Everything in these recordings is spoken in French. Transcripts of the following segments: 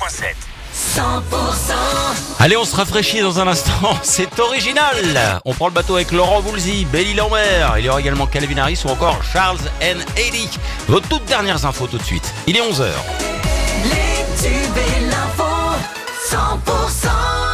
100%. Allez, on se rafraîchit dans un instant, c'est original. On prend le bateau avec Laurent Voulzy, Belly Lambert, il y aura également Calvin Harris ou encore Charles and Eddie. Vos toutes dernières infos tout de suite, il est 11h. Les tubes et l'info 100%.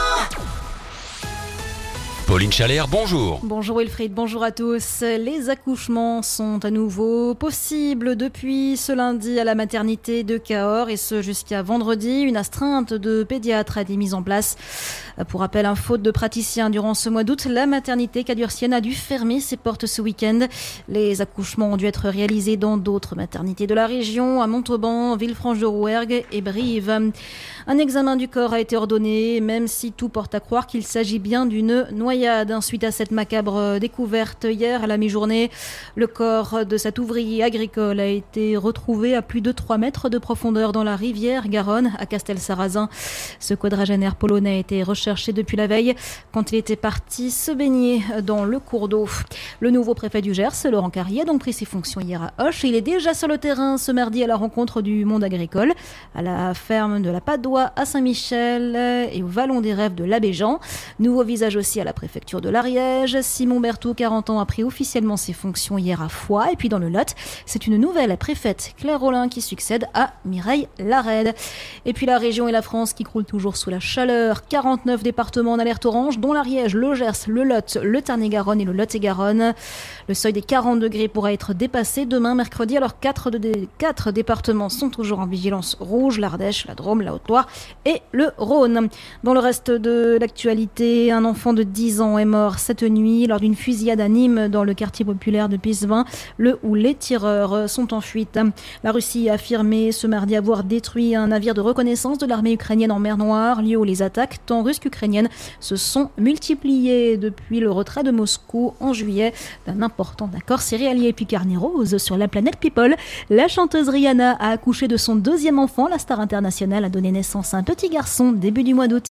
Pauline Chalère, bonjour. Bonjour Wilfried, bonjour à tous. Les accouchements sont à nouveau possibles depuis ce lundi à la maternité de Cahors et ce jusqu'à vendredi. Une astreinte de pédiatre a été mise en place. Pour rappel, faute de praticiens durant ce mois d'août, la maternité cadurcienne a dû fermer ses portes ce week-end. Les accouchements ont dû être réalisés dans d'autres maternités de la région, à Montauban, Villefranche-de-Rouergue et Brive. Un examen du corps a été ordonné, même si tout porte à croire qu'il s'agit bien d'une noyade. Suite à cette macabre découverte hier à la mi-journée, le corps de cet ouvrier agricole a été retrouvé à plus de 3 mètres de profondeur dans la rivière Garonne à Castelsarrasin. Ce quadragénaire polonais a été recherché depuis la veille quand il était parti se baigner dans le cours d'eau. Le nouveau préfet du Gers, Laurent Carrier, a donc pris ses fonctions hier à Auch. Il est déjà sur le terrain ce mardi à la rencontre du monde agricole, à la ferme de la Padoie à Saint-Michel et au Vallon des Rêves de l'Abbé-Jean. Nouveau visage aussi à la préfecture de l'Ariège. Simon Berthoud, 40 ans, a pris officiellement ses fonctions hier à Foix. Et puis dans le Lot, c'est une nouvelle préfète, Claire Rollin, qui succède à Mireille Larède. Et puis la région et la France qui croulent toujours sous la chaleur. 49 départements en alerte orange, dont l'Ariège, le Gers, le Lot, le Tarn-et-Garonne et le Lot-et-Garonne. Le seuil des 40 degrés pourra être dépassé demain, mercredi. Alors 4 départements sont toujours en vigilance rouge, l'Ardèche, la Drôme, la Haute-Loire et le Rhône. Dans le reste de l'actualité, un enfant de 10 ans est mort cette nuit lors d'une fusillade à Nîmes dans le quartier populaire de Pisevin, où les tireurs sont en fuite. La Russie a affirmé ce mardi avoir détruit un navire de reconnaissance de l'armée ukrainienne en mer Noire, lieu où les attaques tant russes qu'ukrainiennes se sont multipliées depuis le retrait de Moscou en juillet d'un important accord céréalier. Et puis carnet rose sur la planète People. La chanteuse Rihanna a accouché de son 2e enfant. La star internationale a donné naissance à un petit garçon début du mois d'août.